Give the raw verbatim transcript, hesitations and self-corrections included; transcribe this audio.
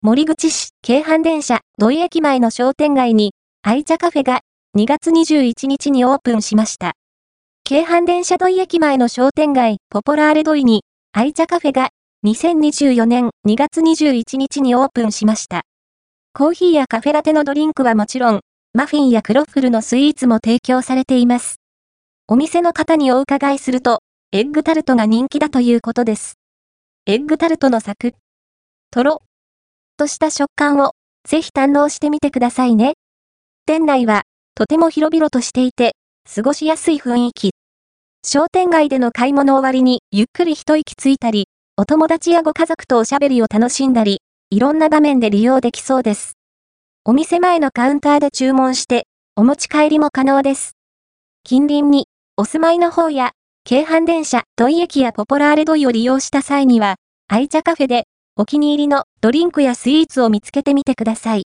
森口市京阪電車土井駅前の商店街に愛茶カフェがにがつにじゅういちにちにオープンしました。京阪電車土井駅前の商店街ポポラーレ土井に愛茶カフェがにせんにじゅうよねんにがつにじゅういちにちにオープンしました。コーヒーやカフェラテのドリンクはもちろん、マフィンやクロッフルのスイーツも提供されています。お店の方にお伺いすると、エッグタルトが人気だということです。エッグタルトのサクッ、とろっとした食感をぜひ堪能してみてくださいね。店内はとても広々としていて、過ごしやすい雰囲気。商店街での買い物終わりにゆっくり一息ついたり、お友達やご家族とおしゃべりを楽しんだり、いろんな場面で利用できそうです。お店前のカウンターで注文して、お持ち帰りも可能です。近隣にお住まいの方や、京阪電車土井駅やポポラーレ土井を利用した際には、愛茶カフェでお気に入りのドリンクやスイーツを見つけてみてください。